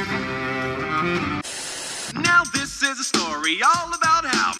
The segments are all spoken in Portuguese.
Now this is a story all about how...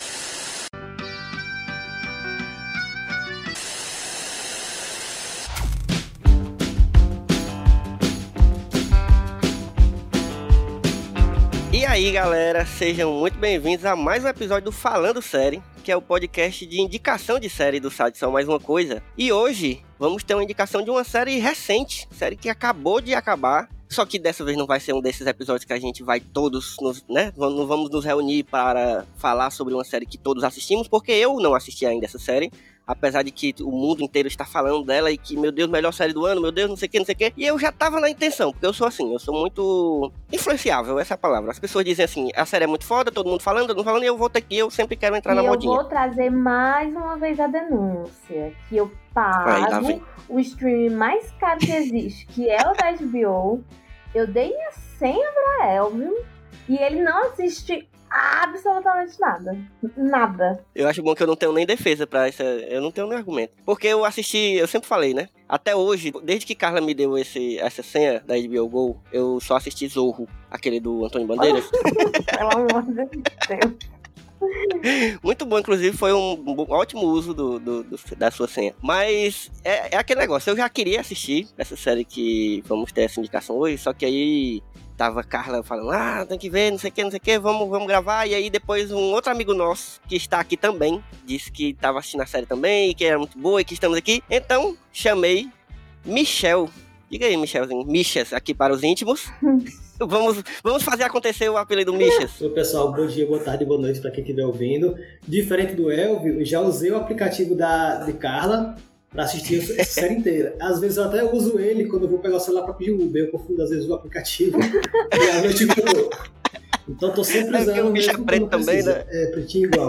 E aí, galera, sejam muito bem-vindos a mais um episódio do Falando Série, que é o podcast de indicação de série do site Só Mais Uma Coisa. E hoje vamos ter uma indicação de uma série recente, série que acabou de acabar. Só que dessa vez não vai ser um desses episódios que a gente vai todos, não vamos nos reunir para falar sobre uma série que todos assistimos, porque eu não assisti ainda essa série. Apesar de que o mundo inteiro está falando dela e que, meu Deus, melhor série do ano, meu Deus, não sei o que. E eu já tava na intenção, porque eu sou assim, eu sou muito influenciável, essa é a palavra. As pessoas dizem assim, a série é muito foda, todo mundo falando, e eu vou ter que, eu sempre quero entrar na modinha. E eu vou trazer mais uma vez a denúncia, que eu pago o stream mais caro que existe, que é o da HBO. Eu dei minha senha pra Elvio e ele não assiste absolutamente nada. Eu acho bom que eu não tenho nem defesa pra essa, eu não tenho nem argumento. Porque eu assisti, eu sempre falei, né? Até hoje, desde que Carla me deu essa senha da HBO Go, eu só assisti Zorro, aquele do Antônio Bandeiras. Pelo amor de Deus. Muito bom, inclusive foi um ótimo uso da sua senha. Mas é aquele negócio, eu já queria assistir essa série que vamos ter essa indicação hoje, só que aí tava Carla falando, tem que ver, não sei o que, vamos gravar. E aí depois um outro amigo nosso, que está aqui também, disse que tava assistindo a série também, que era muito boa e que estamos aqui. Então, chamei Michel. Diga aí, Michelzinho. Michas, aqui para os íntimos. Vamos fazer acontecer o apelido Michas. Oi, pessoal, bom dia, boa tarde, boa noite para quem estiver ouvindo. Diferente do Elvio, eu já usei o aplicativo de Carla para assistir essa série inteira. Às vezes eu até uso ele quando eu vou pegar o celular para pedir Uber. Eu confundo às vezes o aplicativo e a noite toda. Então tô sempre usando o bicho é preto também, né? É, pretinho igual.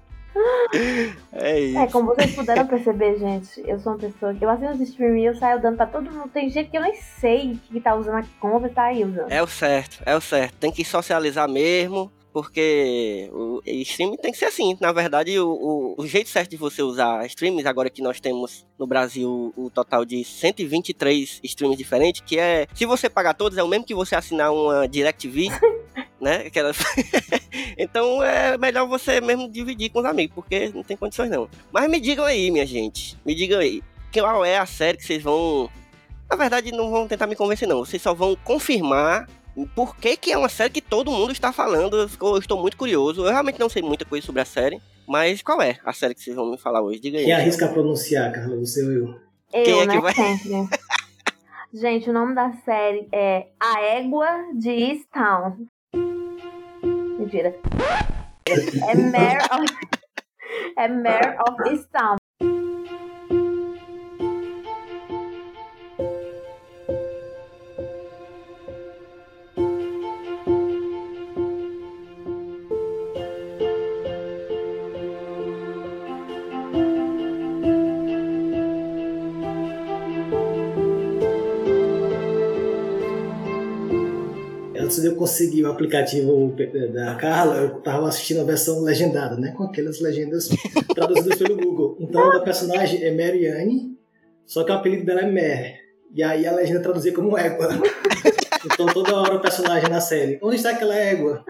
É isso. Como vocês puderam perceber, gente, eu sou uma pessoa que eu assino os streaming e eu saio dando pra todo mundo. Tem gente que eu nem sei que tá usando a conta e tá aí usando. É o certo. Tem que socializar mesmo, porque o streaming tem que ser assim. Na verdade, o jeito certo de você usar streamings, agora que nós temos no Brasil o total de 123 streamings diferentes, que é, se você pagar todos, é o mesmo que você assinar uma DirecTV, né? Então é melhor você mesmo dividir com os amigos, porque não tem condições não. Mas me digam aí, minha gente, qual é a série que vocês vão... Na verdade, não vão tentar me convencer não, vocês só vão confirmar por que é uma série que todo mundo está falando. Eu estou muito curioso, eu realmente não sei muita coisa sobre a série, mas qual é a série que vocês vão me falar hoje? Diga aí. Quem arrisca pronunciar, Carla, você ou eu? Quem é que vai? Sempre. Gente, o nome da série é A Égua de Easttown. Mentira. É Mare of Easttown. Antes de eu conseguir o aplicativo da Carla, eu tava assistindo a versão legendada, né? Com aquelas legendas traduzidas pelo Google. Então, a personagem é Marianne, só que o apelido dela é Mare. E aí a legenda traduzia como égua. Então, toda hora o personagem na série, onde está aquela égua?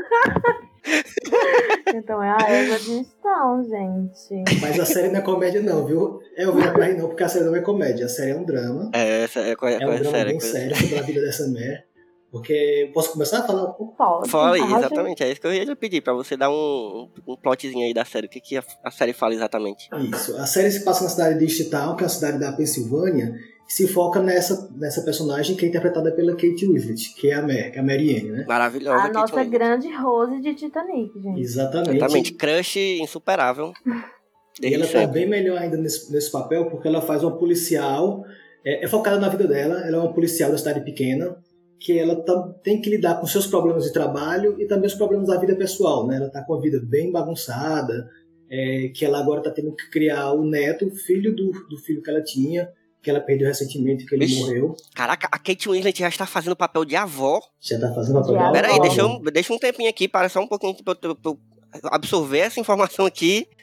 Então, é a Égua de Easttown, gente. Mas a série não é comédia não, viu? Eu vou pra rir não, porque a série não é comédia. A série é um drama. É um drama bem sério sobre a vida dessa Mare. Porque, posso começar a falar? Fala aí, exatamente, é isso que eu ia lhe pedir, pra você dar um plotzinho aí da série, o que a série fala exatamente. Isso, a série se passa na cidade de Easttown, que é a cidade da Pensilvânia, e se foca nessa personagem que é interpretada pela Kate Winslet, que é a Marianne, né? Maravilhosa. A nossa grande Rose de Titanic, gente. Exatamente. Crush insuperável. E ela tá bem melhor ainda nesse papel, porque ela faz uma policial, é focada na vida dela, ela é uma policial da cidade pequena, que ela tem que lidar com seus problemas de trabalho e também os problemas da vida pessoal, né? Ela está com a vida bem bagunçada, que ela agora está tendo que criar o neto, filho do filho que ela tinha, que ela perdeu recentemente, que ele morreu. Caraca, a Kate Winslet já está fazendo o papel de avó. Já está fazendo o papel de avó. Peraí, deixa um tempinho aqui, para só um pouquinho pra eu absorver essa informação aqui.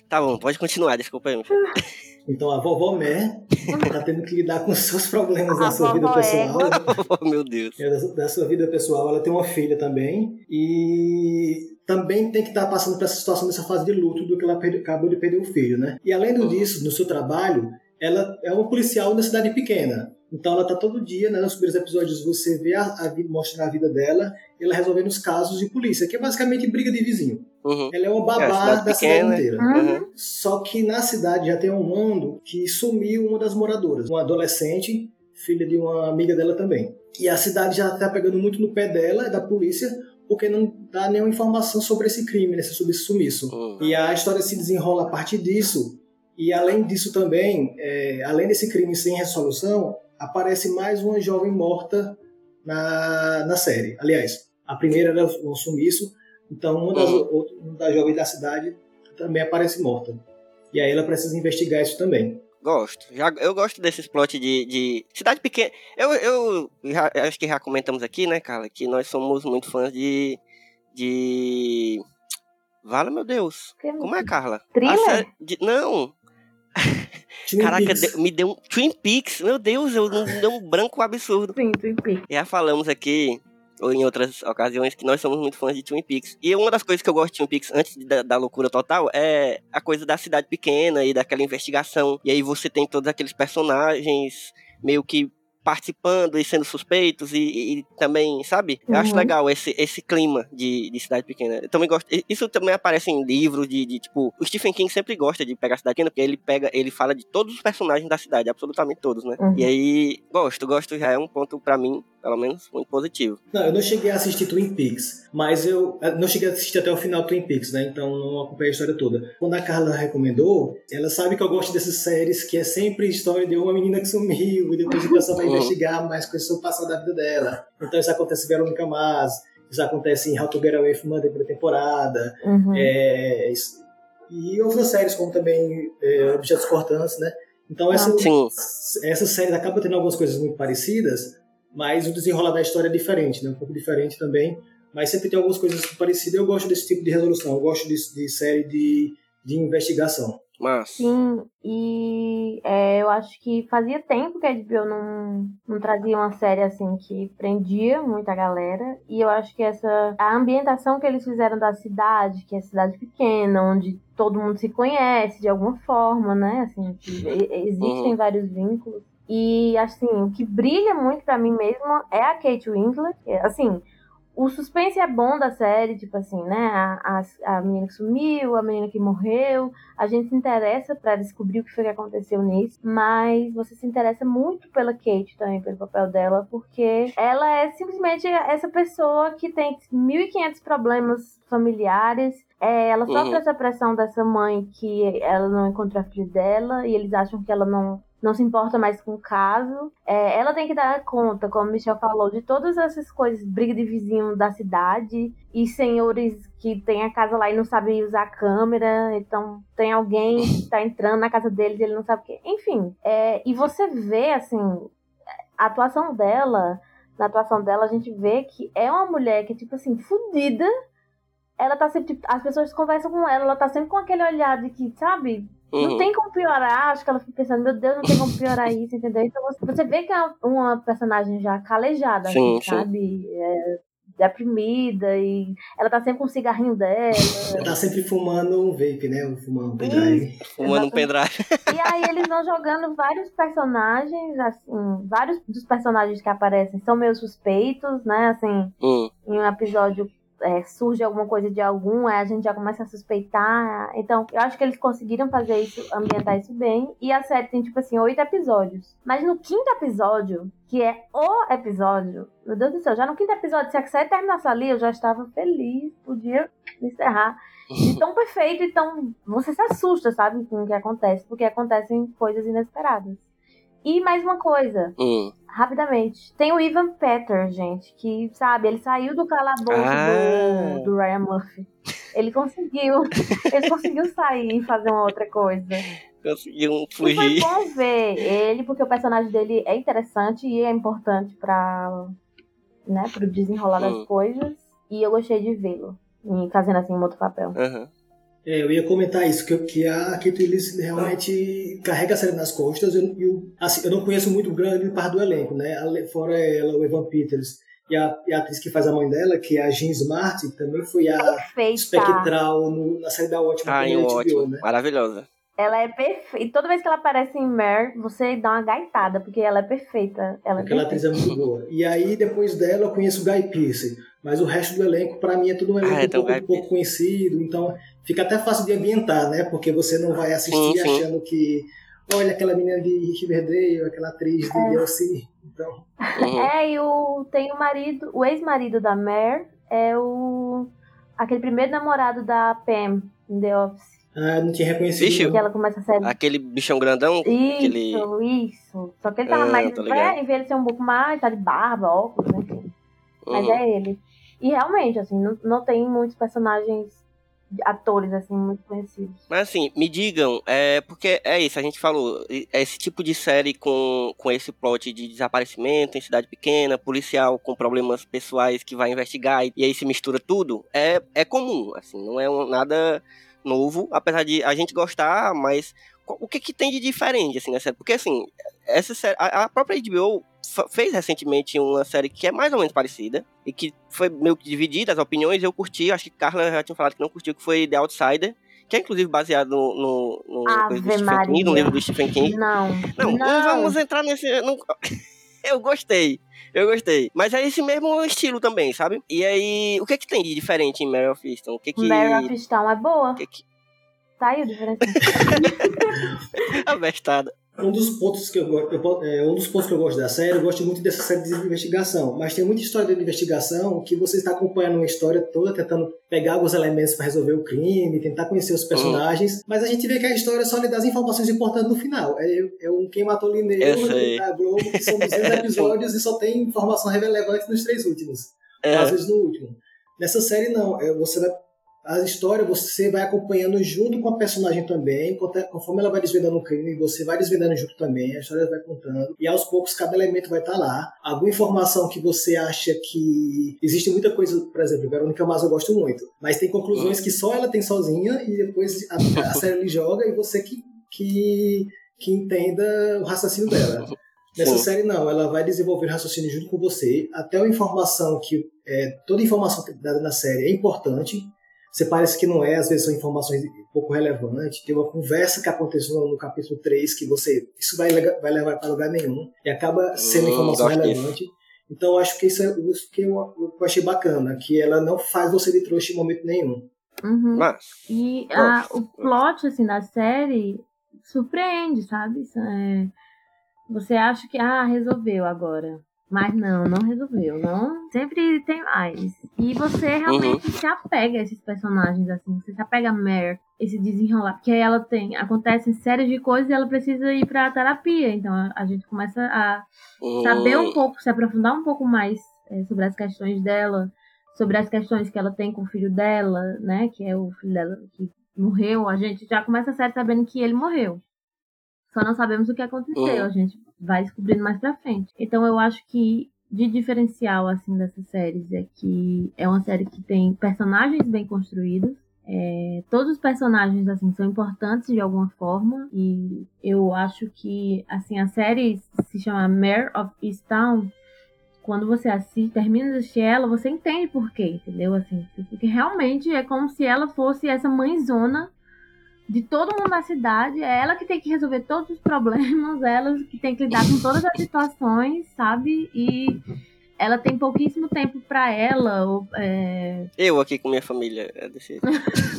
Tá bom, pode continuar, desculpa aí. Então a vovó Mer tá tendo que lidar com os seus problemas da sua vida pessoal. Oh, meu Deus. Da sua vida pessoal, ela tem uma filha também. E também tem que estar passando por essa situação, dessa fase de luto do que ela acabou de perder o filho, né? E além disso, no seu trabalho, ela é uma policial na cidade pequena. Então ela tá todo dia, né, nos primeiros episódios você vê mostrando a vida dela, ela resolvendo os casos de polícia, que é basicamente briga de vizinho. Ela é uma babá da cidade inteira. Só que na cidade já tem um mundo que sumiu uma das moradoras, uma adolescente, filha de uma amiga dela também. E a cidade já tá pegando muito no pé dela, da polícia, porque não dá nenhuma informação sobre esse crime, sobre esse sumiço. E a história se desenrola a partir disso. E além disso também, além desse crime sem resolução, aparece mais uma jovem morta na série. Aliás, a primeira era um sumiço, então uma das jovens da cidade também aparece morta. E aí ela precisa investigar isso também. Eu gosto desses plots de cidade pequena. Eu acho que já comentamos aqui, né, Carla, que nós somos muito fãs de... Vala, meu Deus. Como é, Carla? Thriller? Não. Caraca, me deu um Twin Peaks. Meu Deus, me deu um branco absurdo. Sim, Twin Peaks. Já falamos aqui, ou em outras ocasiões, que nós somos muito fãs de Twin Peaks. E uma das coisas que eu gosto de Twin Peaks, antes da loucura total, é a coisa da cidade pequena e daquela investigação. E aí você tem todos aqueles personagens meio que participando e sendo suspeitos e também, sabe? Eu acho legal esse clima de cidade pequena. Eu também gosto. Isso também aparece em livros de tipo... O Stephen King sempre gosta de pegar a cidade pequena, porque ele fala de todos os personagens da cidade, absolutamente todos, né? E aí, gosto, já é um ponto pra mim, pelo menos, muito positivo. Não, eu não cheguei a assistir Twin Peaks, mas eu não cheguei a assistir até o final Twin Peaks, né? Então não acompanhei a história toda. Quando a Carla recomendou, ela sabe que eu gosto dessas séries que é sempre história de uma menina que sumiu e depois a pessoa vai investigar mais coisas sobre o passado da vida dela. Então isso acontece em Veronica Mars, isso acontece em How to Get Away from Murder primeira temporada, e outras séries como também Objetos Cortantes, né? Então essas séries acabam tendo algumas coisas muito parecidas, mas o desenrolar da história é diferente, né? Um pouco diferente também, mas sempre tem algumas coisas parecidas. Eu gosto desse tipo de resolução, eu gosto de série de investigação. Mas... Sim, e eu acho que fazia tempo que a HBO não trazia uma série assim que prendia muita galera, e eu acho que a ambientação que eles fizeram da cidade, que é cidade pequena, onde todo mundo se conhece de alguma forma, né, assim, que existem vários vínculos, e assim, o que brilha muito pra mim mesmo é a Kate Winslet, assim... O suspense é bom da série, tipo assim, né? A menina que sumiu, a menina que morreu. A gente se interessa pra descobrir o que foi que aconteceu nisso. Mas você se interessa muito pela Kate também, pelo papel dela. Porque ela é simplesmente essa pessoa que tem 1.500 problemas familiares. Ela sofre essa pressão dessa mãe que ela não encontra a filha dela. E eles acham que ela não se importa mais com o caso. Ela tem que dar conta, como o Michel falou, de todas essas coisas, briga de vizinho da cidade, e senhores que tem a casa lá e não sabem usar a câmera, então tem alguém que tá entrando na casa deles e ele não sabe o que. Enfim, e você vê, assim, a atuação dela, na atuação dela a gente vê que é uma mulher que, tipo assim, fodida. Ela tá sempre, tipo, as pessoas conversam com ela tá sempre com aquele olhar de que, sabe... Não tem como piorar, acho que ela fica pensando, meu Deus, não tem como piorar isso, entendeu? Então você vê que é uma personagem já calejada, assim, sabe? Deprimida, e ela tá sempre com um cigarrinho dela. Ela tá sempre fumando um vape, né? Fumando um pendrive. Fumando um pendrive. E aí eles vão jogando vários personagens, assim, vários dos personagens que aparecem são meio suspeitos, né? Assim, em um episódio... surge alguma coisa de algum, a gente já começa a suspeitar. Então, eu acho que eles conseguiram fazer isso, ambientar isso bem. E a série tem, tipo assim, 8 episódios. Mas no 5º episódio, que é o episódio, meu Deus do céu, já no 5º episódio, se a série terminasse ali, eu já estava feliz, podia encerrar. De tão perfeito, então você se assusta, sabe, com o que acontece, porque acontecem coisas inesperadas. E mais uma coisa, rapidamente. Tem o Evan Peters, gente, que, sabe, ele saiu do calabouço do Ryan Murphy. Ele conseguiu sair e fazer uma outra coisa. Conseguiu fugir. E foi bom ver ele, porque o personagem dele é interessante e é importante pro desenrolar das coisas. E eu gostei de vê-lo, fazendo assim um outro papel. Eu ia comentar isso, que a Kate Winslet realmente carrega a série nas costas. Assim, eu não conheço muito grande parte do elenco, né? Fora ela, o Evan Peters e a atriz que faz a mãe dela, que é a Jean Smart, também foi a espectral na série da Watchmen. Ótimo, né? Maravilhosa. Ela é perfeita. E toda vez que ela aparece em Mare, você dá uma gaitada, porque ela é perfeita. Aquela atriz é muito boa. E aí, depois dela, eu conheço o Guy Pearce. Mas o resto do elenco, pra mim, é tudo um elenco um pouco conhecido. Então, fica até fácil de ambientar, né? Porque você não vai assistir achando que... Olha, aquela menina de Riverdale, aquela atriz de DLC. Então... tem o ex-marido da Mare, aquele primeiro namorado da Pam, em The Office. Não tinha reconhecido. Bicho, que ela começa a ser... Aquele bichão grandão? Isso. Só que ele tava mais... envelheceu um pouco mais, tá de barba, óculos, enfim. Mas é ele. E realmente, assim, não tem muitos personagens, atores, assim, muito conhecidos. Mas assim, me digam, porque é isso, a gente falou, esse tipo de série com esse plot de desaparecimento em cidade pequena, policial com problemas pessoais que vai investigar e aí se mistura tudo, é comum, assim, não é nada novo, apesar de a gente gostar, mas o que tem de diferente, assim, nessa série? Porque, assim, essa série, a própria HBO fez recentemente uma série que é mais ou menos parecida e que foi meio que dividida as opiniões. Eu curti, acho que Carla já tinha falado que não curtiu, que foi The Outsider, que é inclusive baseado no livro do Stephen King. Não vamos entrar nesse... Eu gostei. Mas é esse mesmo estilo também, sabe? E aí, o que tem de diferente em Mare of Easttown? Mare of Easttown é boa. Tá aí o diferente. A bestada. Um dos pontos que eu gosto da série, eu gosto muito dessa série de investigação, mas tem muita história de investigação que você está acompanhando uma história toda, tentando pegar alguns elementos para resolver o crime, tentar conhecer os personagens, mas a gente vê que a história só lhe dá as informações importantes no final. É um Quem Matou Lineiro da Globo, que são 200 episódios e só tem informação relevante nos 3 últimos, às vezes no último. Nessa série não, a história você vai acompanhando junto com a personagem também, conforme ela vai desvendando o crime, você vai desvendando junto também, a história vai contando, e aos poucos cada elemento vai estar lá. Alguma informação que você acha que... Existe muita coisa, por exemplo, Verônica Mars eu gosto muito, mas tem conclusões que só ela tem sozinha, e depois a série lhe joga, e você que entenda o raciocínio dela. Nessa série não, ela vai desenvolver raciocínio junto com você, até a informação toda informação dada na série é importante. Você parece que não às vezes são informações pouco relevantes. Tem uma conversa que aconteceu no capítulo 3 que isso vai levar para lugar nenhum e acaba sendo informação relevante. Então acho que isso é o que eu achei bacana, que ela não faz você de trouxa em momento nenhum. E o plot assim, da série surpreende, sabe? Você acha que resolveu agora. Mas não resolveu, não. Sempre tem mais. E você realmente se apega a esses personagens, assim. Você se apega a Mare, esse desenrolar. Porque aí acontecem séries de coisas e ela precisa ir pra terapia. Então a gente começa a saber um pouco, se aprofundar um pouco mais sobre as questões dela, sobre as questões que ela tem com o filho dela, né? Que é o filho dela que morreu. A gente já começa a série sabendo que ele morreu. Só não sabemos o que aconteceu, a gente vai descobrindo mais pra frente. Então eu acho que de diferencial assim dessas séries é que é uma série que tem personagens bem construídos. Todos os personagens assim são importantes de alguma forma e eu acho que assim a série se chama Mare of Easttown. Quando você termina de assistir ela, você entende por quê, entendeu? Assim, porque realmente é como se ela fosse essa mãezona de todo mundo da cidade, é ela que tem que resolver todos os problemas, ela que tem que lidar com todas as situações, sabe? E ela tem pouquíssimo tempo pra ela. Eu aqui com minha família, desse jeito.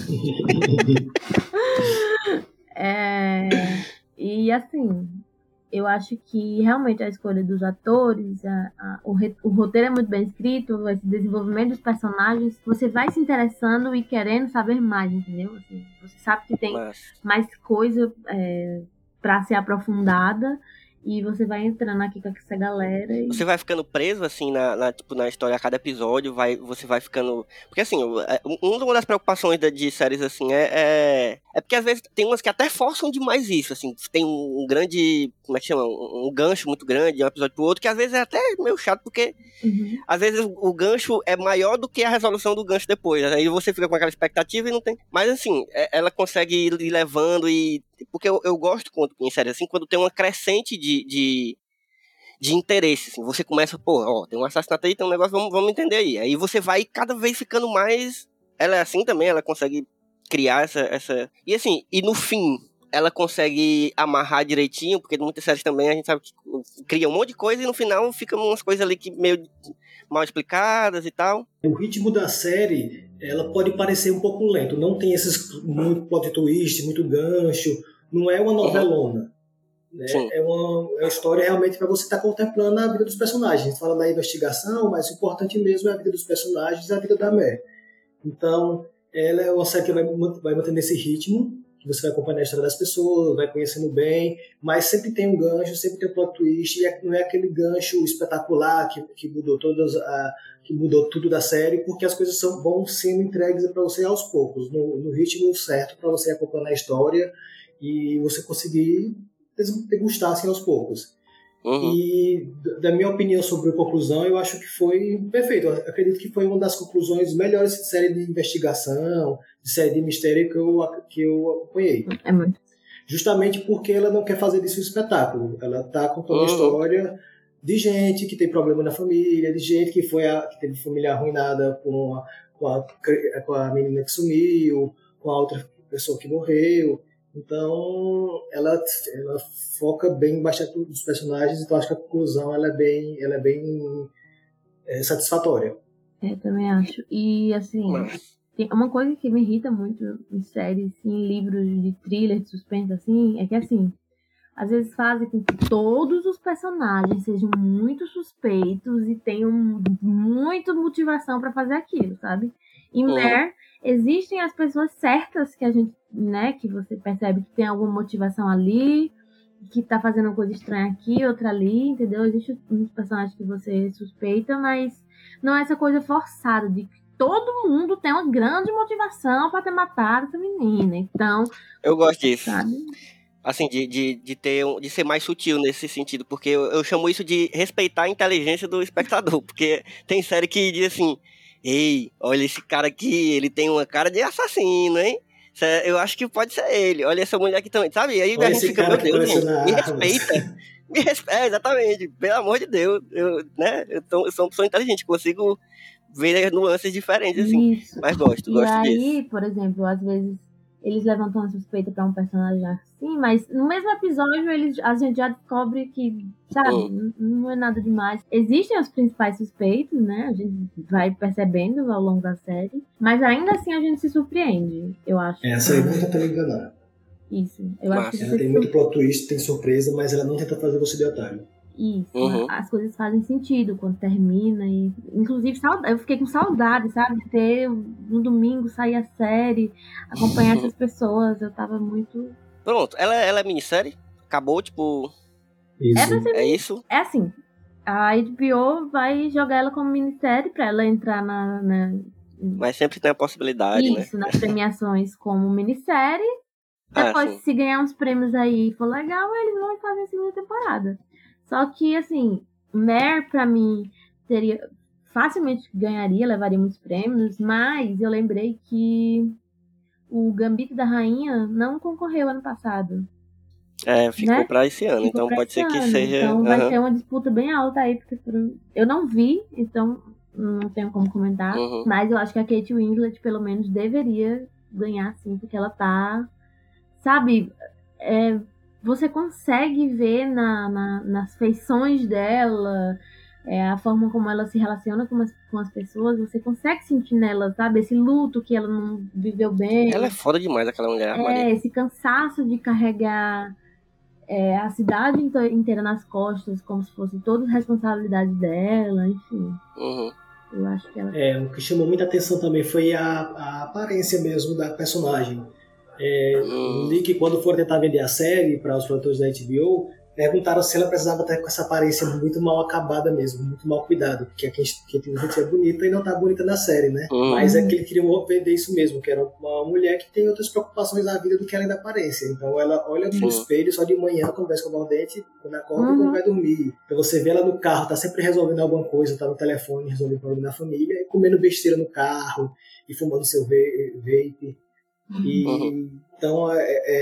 E assim, eu acho que realmente a escolha dos atores, o roteiro é muito bem escrito, esse desenvolvimento dos personagens, você vai se interessando e querendo saber mais, entendeu? Assim, você sabe que tem mais coisa pra ser aprofundada e você vai entrando aqui com essa galera. Você vai ficando preso, assim, na história a cada episódio, você vai ficando... Porque, assim, uma das preocupações de séries, assim, é porque, às vezes, tem umas que até forçam demais isso, assim. Tem um grande como é que chama? Um gancho muito grande de um episódio pro outro, que às vezes é até meio chato, porque às vezes o gancho é maior do que a resolução do gancho depois. Aí você fica com aquela expectativa e não tem. Mas assim, ela consegue ir levando e. Porque eu gosto em série assim, quando tem uma crescente de interesse, assim. Você começa, tem um assassinato aí, tem um negócio, vamos entender aí. Aí você vai cada vez ficando mais. Ela é assim também, ela consegue criar essa... E assim, e no fim, ela consegue amarrar direitinho, porque muitas séries também a gente sabe que cria um monte de coisa e no final fica umas coisas ali que meio mal explicadas e tal. O ritmo da série, ela pode parecer um pouco lento, não tem esses muito plot twist, muito gancho, não é uma novelona. Né? É uma história realmente para você estar contemplando a vida dos personagens. A gente fala da investigação, mas o importante mesmo é a vida dos personagens e a vida da Mer. Então, ela é uma série que vai mantendo esse ritmo, que você vai acompanhando a história das pessoas, vai conhecendo bem, mas sempre tem um gancho, sempre tem um plot twist, e não é aquele gancho espetacular que mudou que mudou tudo da série, porque as coisas vão sendo entregues para você aos poucos, no ritmo certo, para você acompanhar a história e você conseguir degustar assim aos poucos. E da minha opinião sobre a conclusão, eu acho que foi perfeito. Eu acredito que foi uma das conclusões melhores de série de investigação, de série de mistério que eu acompanhei. É muito. Justamente porque ela não quer fazer disso um espetáculo. Ela está contando a história de gente que tem problema na família, de gente que teve família arruinada com a menina que sumiu, com a outra pessoa que morreu. Então, ela foca bem bastante nos personagens, então acho que a conclusão ela é bem satisfatória. Também acho. E, assim, tem uma coisa que me irrita muito em séries, em livros de thriller, de suspense, assim, é que, assim, às vezes fazem com que todos os personagens sejam muito suspeitos e tenham muita motivação pra fazer aquilo, sabe? Em Mer, existem as pessoas certas que a gente, né, que você percebe que tem alguma motivação ali, que tá fazendo uma coisa estranha aqui, outra ali, entendeu? Existem uns personagens que você suspeita, mas não é essa coisa forçada de que todo mundo tem uma grande motivação pra ter matado essa menina. Então, eu gosto disso. Sabe? Assim, de ser mais sutil nesse sentido, porque eu chamo isso de respeitar a inteligência do espectador, porque tem série que diz assim: ei, olha esse cara aqui, ele tem uma cara de assassino, hein? Eu acho que pode ser ele. Olha essa mulher aqui também, sabe? Aí a gente fica, meu Deus, gente, me respeita. Me respeita, exatamente. Pelo amor de Deus. Eu sou uma pessoa inteligente, consigo ver nuances diferentes, assim. Isso. Mas gosto disso. E aí, por exemplo, às vezes eles levantam a suspeita pra um personagem assim, mas no mesmo episódio a gente já descobre que, sabe, não é nada demais. Existem os principais suspeitos, né? A gente vai percebendo ao longo da série, mas ainda assim a gente se surpreende, eu acho. Essa aí não tenta enganar. Isso. Eu acho que ela tem muito plot twist, tem surpresa, mas ela não tenta fazer você de otário. Isso, as coisas fazem sentido quando termina e, inclusive, eu fiquei com saudade, sabe, de ter no domingo sair a série, acompanhar essas pessoas, eu tava muito... Pronto, ela é minissérie? Acabou, tipo... Isso. É isso? É assim, a HBO vai jogar ela como minissérie pra ela entrar Mas sempre tem a possibilidade, né? Isso, nas premiações como minissérie, depois se ganhar uns prêmios aí e for legal, eles vão fazer a segunda temporada. Só que, assim, Mer, pra mim, facilmente ganharia, levaria muitos prêmios, mas eu lembrei que o Gambito da Rainha não concorreu ano passado. Ficou, né? Pra esse ano, Ficou então pode ser que seja... Então vai ter uma disputa bem alta aí, porque eu não vi, então não tenho como comentar, mas eu acho que a Kate Winslet, pelo menos, deveria ganhar, sim, porque ela tá, sabe... Você consegue ver nas feições dela, a forma como ela se relaciona com as pessoas, você consegue sentir nela, sabe? Esse luto que ela não viveu bem. Ela é foda demais, aquela mulher. Esse cansaço de carregar a cidade inteira nas costas, como se fosse toda responsabilidade dela, enfim. Eu acho que ela... O que chamou muita atenção também foi a aparência mesmo da personagem. Li que quando foram tentar vender a série para os produtores da HBO, perguntaram se ela precisava estar com essa aparência muito mal acabada mesmo, muito mal cuidado, porque a Kate Winslet é bonita e não tá bonita na série, né? Mas é que ele queria vender isso mesmo, que era uma mulher que tem outras preocupações na vida do que além da aparência. Então ela olha no espelho só de manhã, quando vai escovar o dente, quando acorda e quando vai dormir. Então você vê ela no carro, tá sempre resolvendo alguma coisa, tá no telefone, resolvendo problema da família, e comendo besteira no carro, e fumando seu vape. Então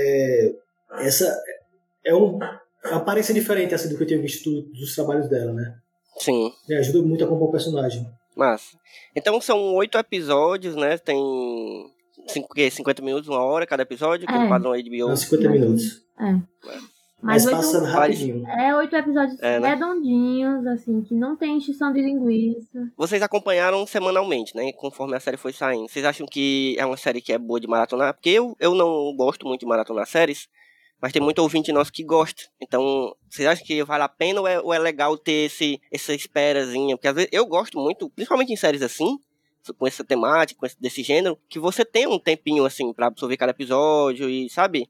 essa é uma aparência diferente assim, do que eu tinha visto dos trabalhos dela, né? Sim. Me ajuda muito a compor o personagem. Massa. Então são 8 episódios, né? Tem 50 minutos, 1 hora cada episódio, que é o padrão HBO. 50 minutos. Mas passando rapidinho. 8 episódios redondinhos, assim, que não tem encheção de linguiça. Vocês acompanharam semanalmente, né? Conforme a série foi saindo. Vocês acham que é uma série que é boa de maratonar? Porque eu não gosto muito de maratonar séries, mas tem muito ouvinte nosso que gosta. Então, vocês acham que vale a pena ou é legal ter essa esperazinha? Porque às vezes eu gosto muito, principalmente em séries assim, com essa temática, desse gênero, que você tem um tempinho assim pra absorver cada episódio e, sabe?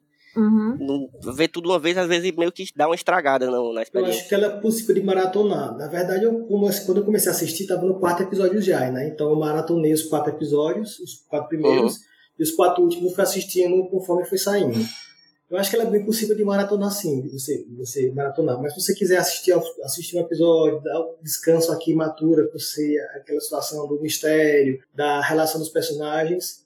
Ver tudo uma vez, às vezes meio que dá uma estragada na experiência. Eu acho que ela é possível de maratonar. Na verdade, quando eu comecei a assistir, estava no 4º episódio já, né? Então eu maratonei os 4 episódios, os 4 primeiros, e os 4 últimos eu fui assistindo conforme foi saindo. Eu acho que ela é bem possível de maratonar sim, você maratonar. Mas se você quiser assistir um episódio, dar um descanso aqui, matura com você, aquela situação do mistério, da relação dos personagens,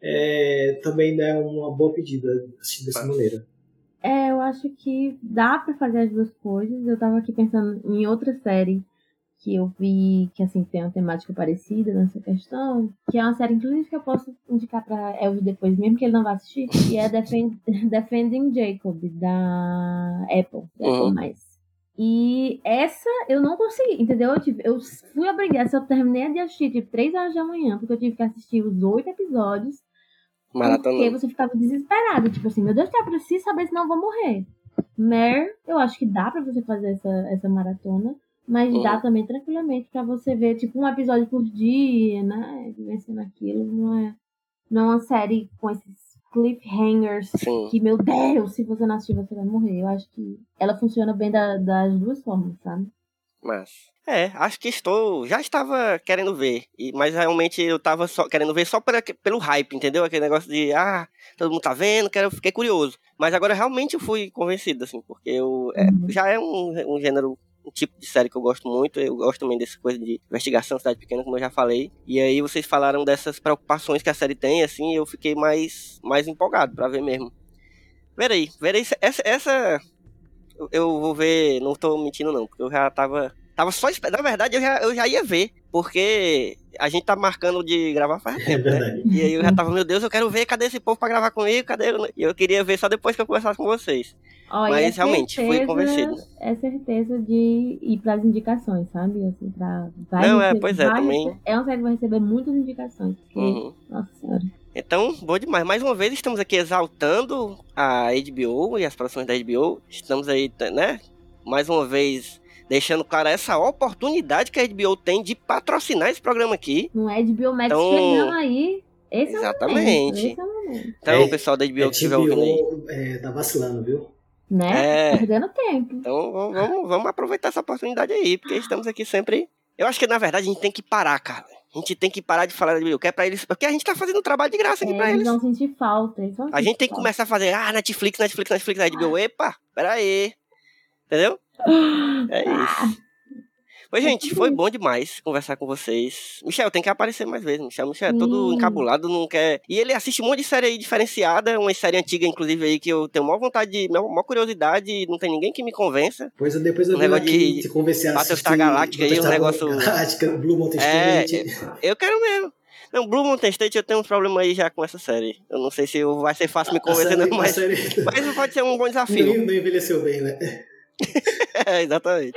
também é uma boa pedida assistir dessa maneira. Eu acho que dá pra fazer as duas coisas. Eu tava aqui pensando em outra série que eu vi que assim tem uma temática parecida nessa questão, que é uma série inclusive que eu posso indicar pra Elvis depois, mesmo que ele não vá assistir, que é Defending Jacob, da Apple, Apple+. E essa eu não consegui, entendeu? Eu fui obrigada, se eu terminei de assistir tipo 3 horas da manhã, porque eu tive que assistir os 8 episódios, porque você ficava desesperado, tipo assim, meu Deus, eu preciso saber senão eu vou morrer. Eu acho que dá pra você fazer essa maratona, mas dá também tranquilamente pra você ver, tipo, um episódio por dia, né? Vencendo aquilo. Não é uma série com esses cliffhangers que, meu Deus, se você não assistir, você vai morrer. Eu acho que ela funciona bem das duas formas, sabe? Mas, acho que já estava querendo ver, mas realmente eu estava só querendo ver só pelo hype, entendeu? Aquele negócio de, todo mundo tá vendo, fiquei curioso. Mas agora realmente eu fui convencido, assim, porque já é um gênero, um tipo de série que eu gosto muito. Eu gosto também dessa coisa de investigação, cidade pequena, como eu já falei. E aí vocês falaram dessas preocupações que a série tem, assim, eu fiquei mais empolgado pra ver mesmo. Verei, essa eu vou ver, não tô mentindo não, porque eu já tava só esperando. Na verdade, eu já ia ver, porque a gente tá marcando de gravar faz tempo, né? E aí eu já tava, meu Deus, eu quero ver, cadê esse povo pra gravar comigo? E eu queria ver só depois que eu conversasse com vocês. Mas realmente, fui convencido. É certeza de ir pras indicações, sabe? Assim, também. É uma série que vai receber muitas indicações. Porque, nossa senhora. Então, bom demais. Mais uma vez, estamos aqui exaltando a HBO e as produções da HBO. Estamos aí, né? Mais uma vez, deixando claro essa oportunidade que a HBO tem de patrocinar esse programa aqui. Não é HBO Max chegando aí. Exatamente. É o momento. Então, o pessoal da HBO que estiver ouvindo aí. Tá vacilando, viu? Né? Perdendo tempo. Então, vamos aproveitar essa oportunidade aí, porque estamos aqui sempre. Eu acho que, na verdade, a gente tem que parar, cara. A gente tem que parar de falar da HBO, que é pra eles, porque a gente tá fazendo um trabalho de graça aqui pra eles. Eles vão sentir falta. A gente tem que começar a fazer, Netflix, a HBO, epa, peraí. Entendeu? É isso. Oi, gente, foi bom demais conversar com vocês. Michel, tem que aparecer mais vezes. Michel é todo encabulado, não quer... E ele assiste um monte de série aí diferenciada, uma série antiga, inclusive, aí, que eu tenho maior vontade, maior curiosidade, e não tem ninguém que me convença. Pois depois eu venho aqui te convencer a assistir... Battlestar Galactica aí, um negócio... Galáctica, Blue Mountain State. Eu quero mesmo. Não, Blue Mountain State eu tenho uns problemas aí já com essa série. Eu não sei se vai ser fácil me convencer, não, mas pode ser um bom desafio. Não envelheceu bem, né? Exatamente.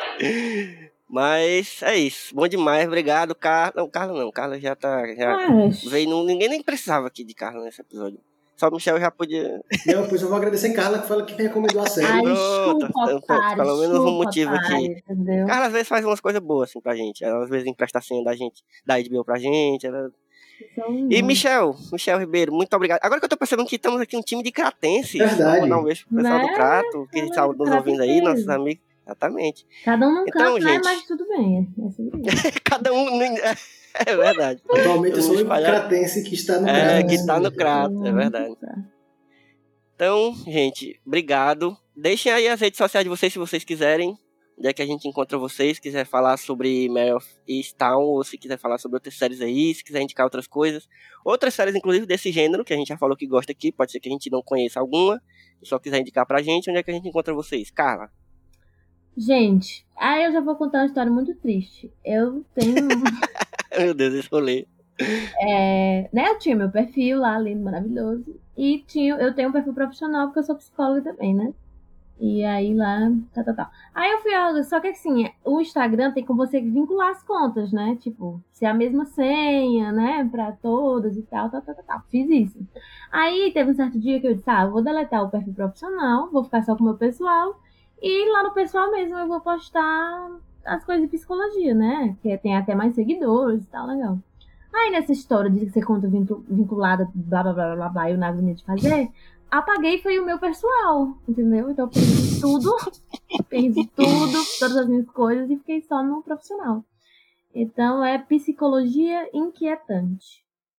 Mas é isso. Bom demais, obrigado, Carla. Não, Carla não. Carla já veio. Ninguém nem precisava aqui de Carla nesse episódio. Só o Michel já podia. Não, pois eu vou agradecer a Carla, que fala que me recomendou a série. Pronto, pelo menos um motivo aqui. Entendeu? Carla às vezes faz umas coisas boas assim pra gente. Ela às vezes empresta a senha da HBO pra gente. E Michel Ribeiro, muito obrigado. Agora que eu tô percebendo que estamos aqui um time de cratenses. Verdade. Vou dar um beijo pro pessoal do Crato, que está nos ouvindo aí, nossos amigos. Exatamente. Cada um num canto, né? Mas tudo bem. Cada um... É verdade. Atualmente eu sou o cratense que está no Crato. Que está no Crato, é verdade. Então, gente, obrigado. Deixem aí as redes sociais de vocês, se vocês quiserem. Onde é que a gente encontra vocês, se quiser falar sobre Mare of Easttown, ou se quiser falar sobre outras séries aí, se quiser indicar outras coisas. Outras séries, inclusive, desse gênero, que a gente já falou que gosta aqui, pode ser que a gente não conheça alguma, e só quiser indicar pra gente, onde é que a gente encontra vocês? Carla? Gente, eu já vou contar uma história muito triste. Eu tenho... Meu Deus, esse rolê. Eu tinha meu perfil lá, lindo, maravilhoso, e eu tenho um perfil profissional, porque eu sou psicóloga também, né? E aí lá, tal. Aí eu fui, só que assim, o Instagram tem como você vincular as contas, né? Tipo, ser a mesma senha, né? Pra todas e tal. Fiz isso. Aí teve um certo dia que eu disse, eu vou deletar o perfil profissional, vou ficar só com o meu pessoal. E lá no pessoal mesmo eu vou postar as coisas de psicologia, né? Que tem até mais seguidores e tal, legal. Aí nessa história de ser conta vinculada, blá, blá, blá, blá, blá, eu nada de fazer... Apaguei foi o meu pessoal, entendeu? Então eu perdi tudo, todas as minhas coisas e fiquei só no profissional. Então é Psicologia Inquietante.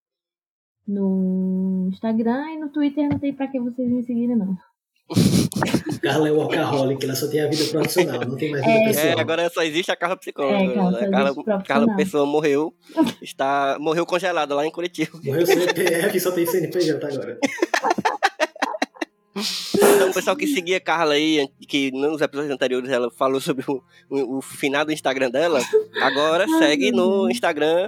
No Instagram e no Twitter não tem pra que vocês me seguirem, não. Carla é workaholic, ela só tem a vida profissional, não tem mais vida pessoal. Agora só existe a Carla psicóloga. Carla Pessoa morreu congelada lá em Curitiba. Morreu sem CPF e só tem CNPJ agora. Então, o pessoal que seguia a Carla aí, que nos episódios anteriores ela falou sobre o final do Instagram dela, agora segue no Instagram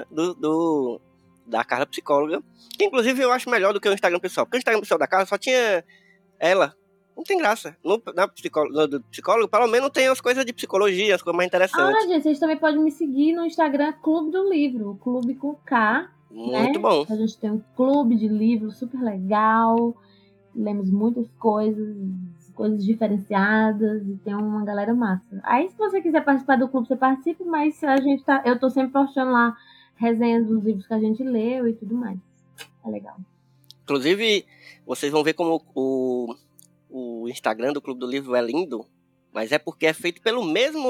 da Carla Psicóloga, que inclusive eu acho melhor do que o Instagram pessoal, porque o Instagram pessoal da Carla só tinha ela. Não tem no psicólogo, pelo menos tem as coisas de psicologia, as coisas mais interessantes. Gente, vocês também podem me seguir no Instagram Clube do Livro, Clube com K. Muito bom. A gente tem um clube de livro super legal. Lemos muitas coisas diferenciadas e tem uma galera massa. Aí, se você quiser participar do clube, você participa, mas eu tô sempre postando lá resenhas dos livros que a gente leu e tudo mais. É legal. Inclusive, vocês vão ver como o Instagram do Clube do Livro é lindo, mas é porque é feito pelo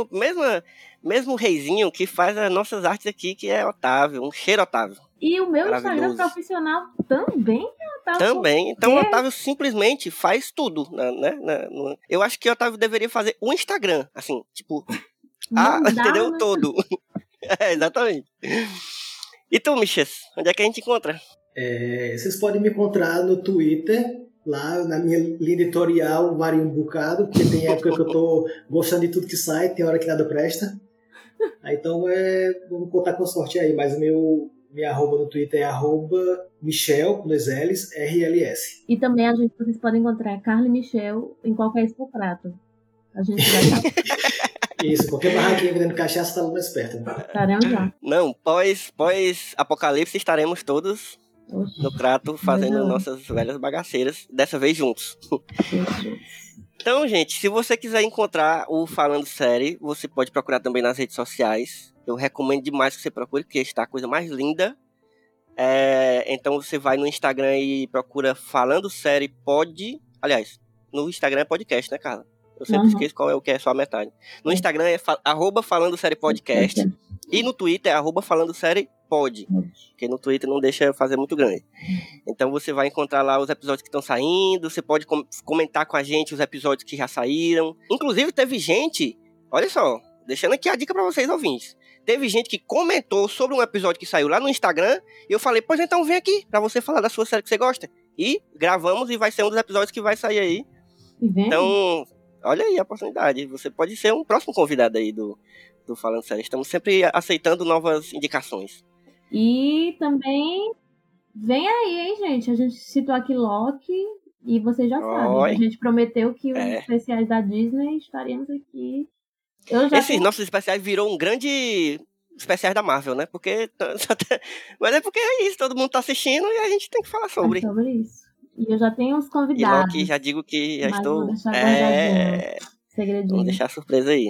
mesmo reizinho que faz as nossas artes aqui, que é Otávio. Um cheiro, Otávio. E o meu Instagram profissional também é Otávio. Também. Então o Otávio simplesmente faz tudo, né? Eu acho que o Otávio deveria fazer um Instagram, assim, tipo... entendeu? Né? Todo. Exatamente. E tu, Michas, onde é que a gente encontra? Vocês podem me encontrar no Twitter, lá na minha linha editorial varia um bocado, porque tem época que eu tô gostando de tudo que sai, tem hora que nada presta. Então vamos contar com sorte aí, mas minha arroba no Twitter é @Michel, com 2 L's, RLS. E também vocês podem encontrar Carla e Michel em qualquer Expoprato. A gente vai Isso, qualquer barraquinha vendendo cachaça tá lá mais perto. Estaremos lá. Não, pós-apocalipse estaremos todos no Crato fazendo nossas velhas bagaceiras, dessa vez juntos. Então, gente, se você quiser encontrar o Falando Série, você pode procurar também nas redes sociais. Eu recomendo demais que você procure, porque está a coisa mais linda. Então você vai no Instagram e procura Falando Série Pod. Aliás, no Instagram é podcast, né, Carla? Eu sempre esqueço qual é o que é só a metade. No Instagram é @Falando Série Podcast. E no Twitter é @Falando Série Pod. Porque no Twitter não deixa fazer muito grande. Então você vai encontrar lá os episódios que estão saindo. Você pode comentar com a gente os episódios que já saíram. Inclusive teve gente, olha só, deixando aqui a dica pra vocês ouvintes. Teve gente que comentou sobre um episódio que saiu lá no Instagram. E eu falei, pois então vem aqui pra você falar da sua série que você gosta. E gravamos e vai ser um dos episódios que vai sair aí. Então, olha aí a oportunidade. Você pode ser um próximo convidado aí do Falando Série. Estamos sempre aceitando novas indicações. E também vem aí, hein, gente? A gente citou aqui Loki e vocês já sabem. A gente prometeu que os especiais da Disney estaremos aqui. Esses nossos especiais virou um grande especiais da Marvel, né? Porque mas é porque é isso, todo mundo tá assistindo e a gente tem que falar sobre. Sobre isso. E eu já tenho uns convidados. E Loki, já digo que já estou... Vou deixar segredinho. Vamos deixar a surpresa aí.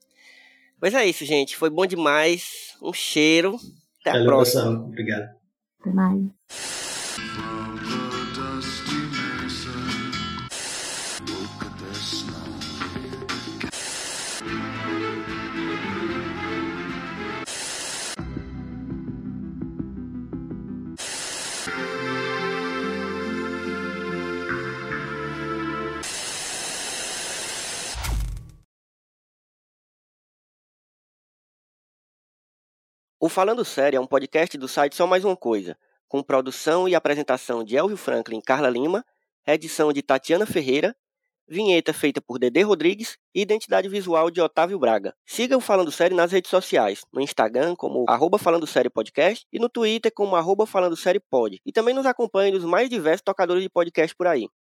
Pois é isso, gente. Foi bom demais. Um cheiro. Até a próxima. Obrigado. Até mais. O Falando Sério é um podcast do site Só Mais Uma Coisa, com produção e apresentação de Elvio Franklin e Carla Lima, edição de Tatiana Ferreira, vinheta feita por Dedê Rodrigues e identidade visual de Otávio Braga. Siga o Falando Sério nas redes sociais, no Instagram como @Falando Sério Podcast e no Twitter como @Falando Sério Pod. E também nos acompanhe nos mais diversos tocadores de podcast por aí.